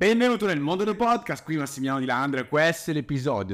Benvenuto nel mondo del podcast, qui Massimiliano Di Landro e questo è l'episodio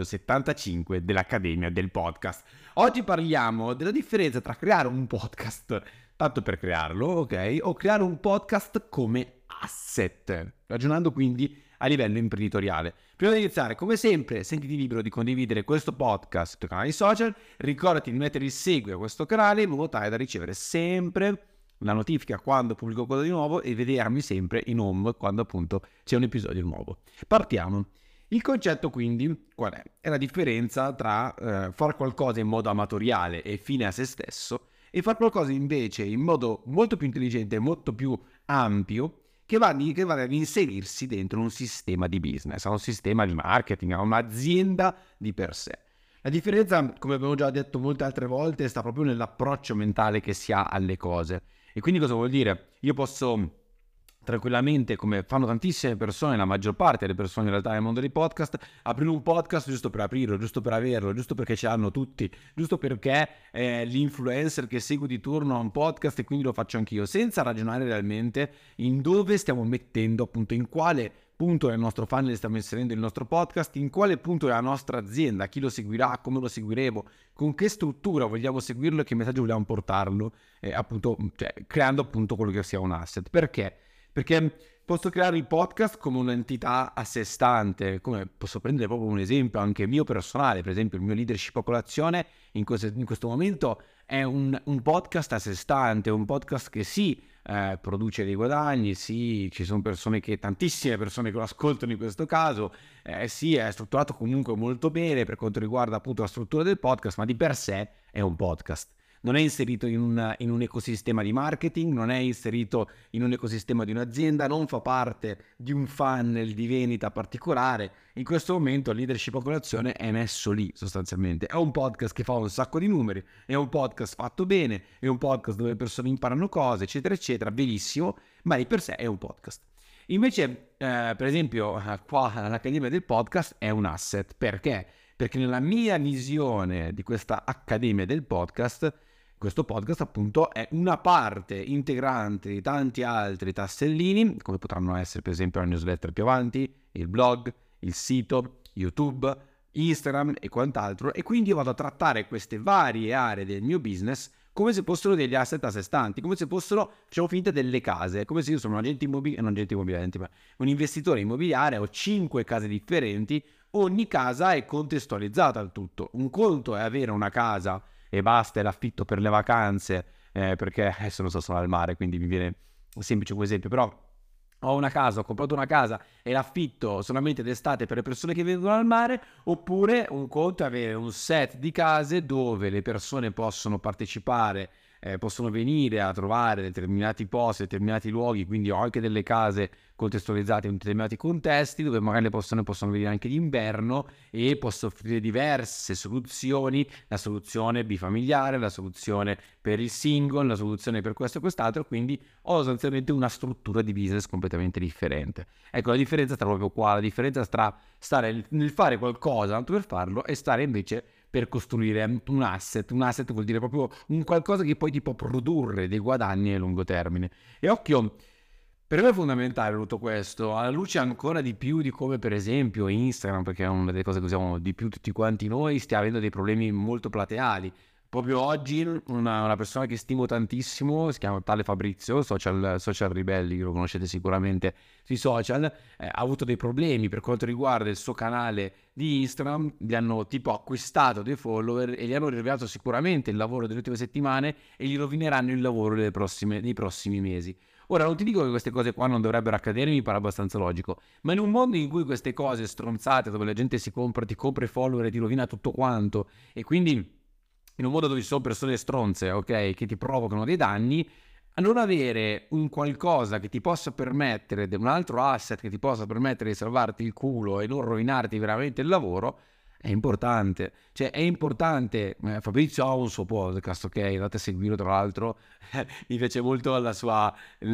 75 dell'Accademia del Podcast. Oggi parliamo della differenza tra creare un podcast, tanto per crearlo, ok? O creare un podcast come asset, ragionando quindi a livello imprenditoriale. Prima di iniziare, come sempre, sentiti libero di condividere questo podcast sui tuoi canali social, ricordati di mettere il segui a questo canale in modo tale da ricevere sempre la notifica quando pubblico qualcosa di nuovo e vedermi sempre in home quando appunto c'è un episodio nuovo. Partiamo. Il concetto quindi qual è? È la differenza tra fare qualcosa in modo amatoriale e fine a se stesso e fare qualcosa invece in modo molto più intelligente e molto più ampio che va ad inserirsi dentro un sistema di business, a un sistema di marketing, a un'azienda di per sé. La differenza, come abbiamo già detto molte altre volte, sta proprio nell'approccio mentale che si ha alle cose. E quindi cosa vuol dire? Io posso tranquillamente, come fanno tantissime persone, la maggior parte delle persone in realtà nel mondo dei podcast, aprire un podcast giusto per aprirlo, giusto per averlo, giusto perché ce l'hanno tutti, giusto perché l'influencer che seguo di turno ha un podcast e quindi lo faccio anch'io, senza ragionare realmente in dove stiamo mettendo, appunto in quale punto nel nostro funnel stiamo inserendo il nostro podcast, in quale punto è la nostra azienda, chi lo seguirà, come lo seguiremo, con che struttura vogliamo seguirlo e che messaggio vogliamo portarlo, appunto, cioè, creando appunto quello che sia un asset. Perché? Perché posso creare il podcast come un'entità a sé stante, come posso prendere proprio un esempio anche mio personale, per esempio il mio leadership popolazione in questo momento è un podcast a sé stante, un podcast che sì, produce dei guadagni, sì, ci sono tantissime persone che lo ascoltano in questo caso, sì, è strutturato comunque molto bene per quanto riguarda appunto la struttura del podcast, ma di per sé è un podcast. Non è inserito in un ecosistema di marketing, non è inserito in un ecosistema di un'azienda, non fa parte di un funnel di vendita particolare. In questo momento il leadership popolazione è messo lì sostanzialmente. È un podcast che fa un sacco di numeri, è un podcast fatto bene, è un podcast dove le persone imparano cose, eccetera, eccetera, benissimo, ma di per sé è un podcast. Invece, per esempio, qua all'Accademia del Podcast è un asset. Perché? Perché nella mia visione di questa Accademia del Podcast, questo podcast appunto è una parte integrante di tanti altri tassellini, come potranno essere per esempio la newsletter più avanti, il blog, il sito, YouTube, Instagram e quant'altro, e quindi io vado a trattare queste varie aree del mio business come se fossero degli asset a sé stanti, come se fossero, facciamo finta, delle case, come se io sono un agente immobiliare, ma un investitore immobiliare, ho 5 case differenti, ogni casa è contestualizzata al tutto. Un conto è avere una casa e basta, è l'affitto per le vacanze, perché adesso non so, sono al mare, quindi mi viene un semplice esempio, però ho una casa, ho comprato una casa e l'affitto solamente d'estate per le persone che vengono al mare, oppure un conto è avere un set di case dove le persone possono partecipare, possono venire a trovare determinati posti, determinati luoghi, quindi ho anche delle case contestualizzate in determinati contesti dove magari le persone possono venire anche d'inverno e posso offrire diverse soluzioni, la soluzione bifamiliare, la soluzione per il single, la soluzione per questo e quest'altro, quindi ho sostanzialmente una struttura di business completamente differente. Ecco, la differenza sta proprio qua, la differenza tra stare nel fare qualcosa tanto per farlo e stare invece per costruire un asset. Un asset vuol dire proprio un qualcosa che poi ti può produrre dei guadagni a lungo termine. E occhio, per me è fondamentale tutto questo, alla luce ancora di più di come per esempio Instagram, perché è una delle cose che usiamo di più tutti quanti noi, stia avendo dei problemi molto plateali. Proprio oggi una persona che stimo tantissimo, si chiama tale Fabrizio, social Ribelli, lo conoscete sicuramente sui social, ha avuto dei problemi per quanto riguarda il suo canale di Instagram, gli hanno tipo acquistato dei follower e gli hanno rivelato sicuramente il lavoro delle ultime settimane e gli rovineranno il lavoro nei prossimi mesi. Ora, non ti dico che queste cose qua non dovrebbero accadere, mi pare abbastanza logico, ma in un mondo in cui queste cose stronzate, dove la gente ti compra i follower e ti rovina tutto quanto, e quindi in un mondo dove ci sono persone stronze, ok, che ti provocano dei danni, a non avere un qualcosa che ti possa permettere, un altro asset che ti possa permettere di salvarti il culo e non rovinarti veramente il lavoro, è importante. Cioè, è importante. Fabrizio ha un suo podcast, ok, andate a seguirlo, tra l'altro. Mi piace molto la sua,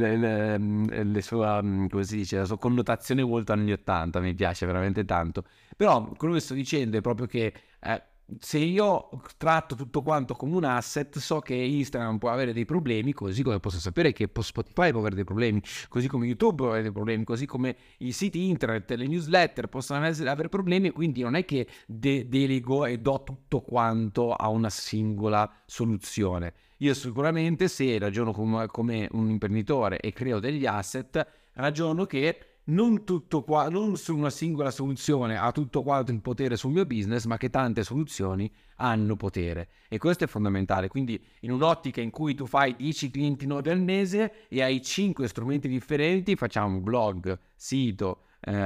le sua, come si dice, la sua connotazione molto anni 80, mi piace veramente tanto. Però quello che sto dicendo è proprio che se io tratto tutto quanto come un asset, so che Instagram può avere dei problemi, così come posso sapere che Spotify può avere dei problemi, così come YouTube può avere dei problemi, così come i siti internet, le newsletter possono avere problemi, quindi non è che delego e do tutto quanto a una singola soluzione. Io sicuramente, se ragiono come un imprenditore e creo degli asset, ragiono che non su una singola soluzione ha tutto quanto il potere sul mio business, ma che tante soluzioni hanno potere, e questo è fondamentale. Quindi in un'ottica in cui tu fai 10 clienti nuovi al mese e hai 5 strumenti differenti, facciamo blog, sito,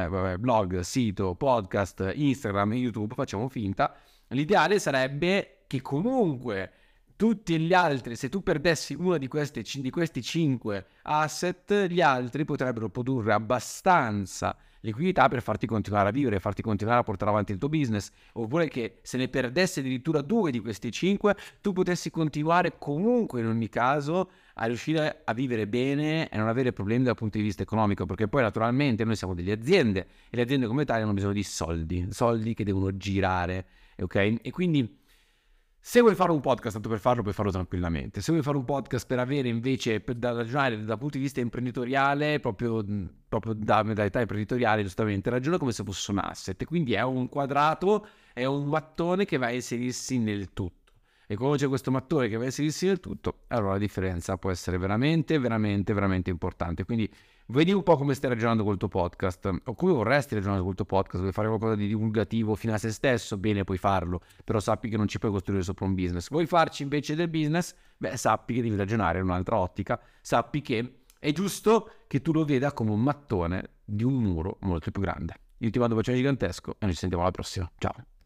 podcast, Instagram e YouTube, facciamo finta, l'ideale sarebbe che comunque tutti gli altri, se tu perdessi uno di questi 5 asset, gli altri potrebbero produrre abbastanza liquidità per farti continuare a vivere, farti continuare a portare avanti il tuo business, oppure che se ne perdessi addirittura 2 di questi 5, tu potessi continuare comunque in ogni caso a riuscire a vivere bene e non avere problemi dal punto di vista economico, perché poi naturalmente noi siamo delle aziende e le aziende come tali hanno bisogno di soldi che devono girare, ok? E quindi se vuoi fare un podcast, tanto per farlo, puoi farlo tranquillamente. Se vuoi fare un podcast per avere invece, da ragionare dal punto di vista imprenditoriale, proprio da modalità imprenditoriale, giustamente, ragiona come se fosse un asset. Quindi è un quadrato, è un mattone che va a inserirsi nel tutto. E quando c'è questo mattone che va a inserirsi nel tutto, allora la differenza può essere veramente, veramente, veramente importante. Quindi vedi un po' come stai ragionando col tuo podcast, o come vorresti ragionare col tuo podcast. Vuoi fare qualcosa di divulgativo fino a se stesso? Bene, puoi farlo, però sappi che non ci puoi costruire sopra un business. Vuoi farci invece del business? Beh, sappi che devi ragionare in un'altra ottica, sappi che è giusto che tu lo veda come un mattone di un muro molto più grande. Io ti mando un bacione gigantesco e noi ci sentiamo alla prossima. Ciao!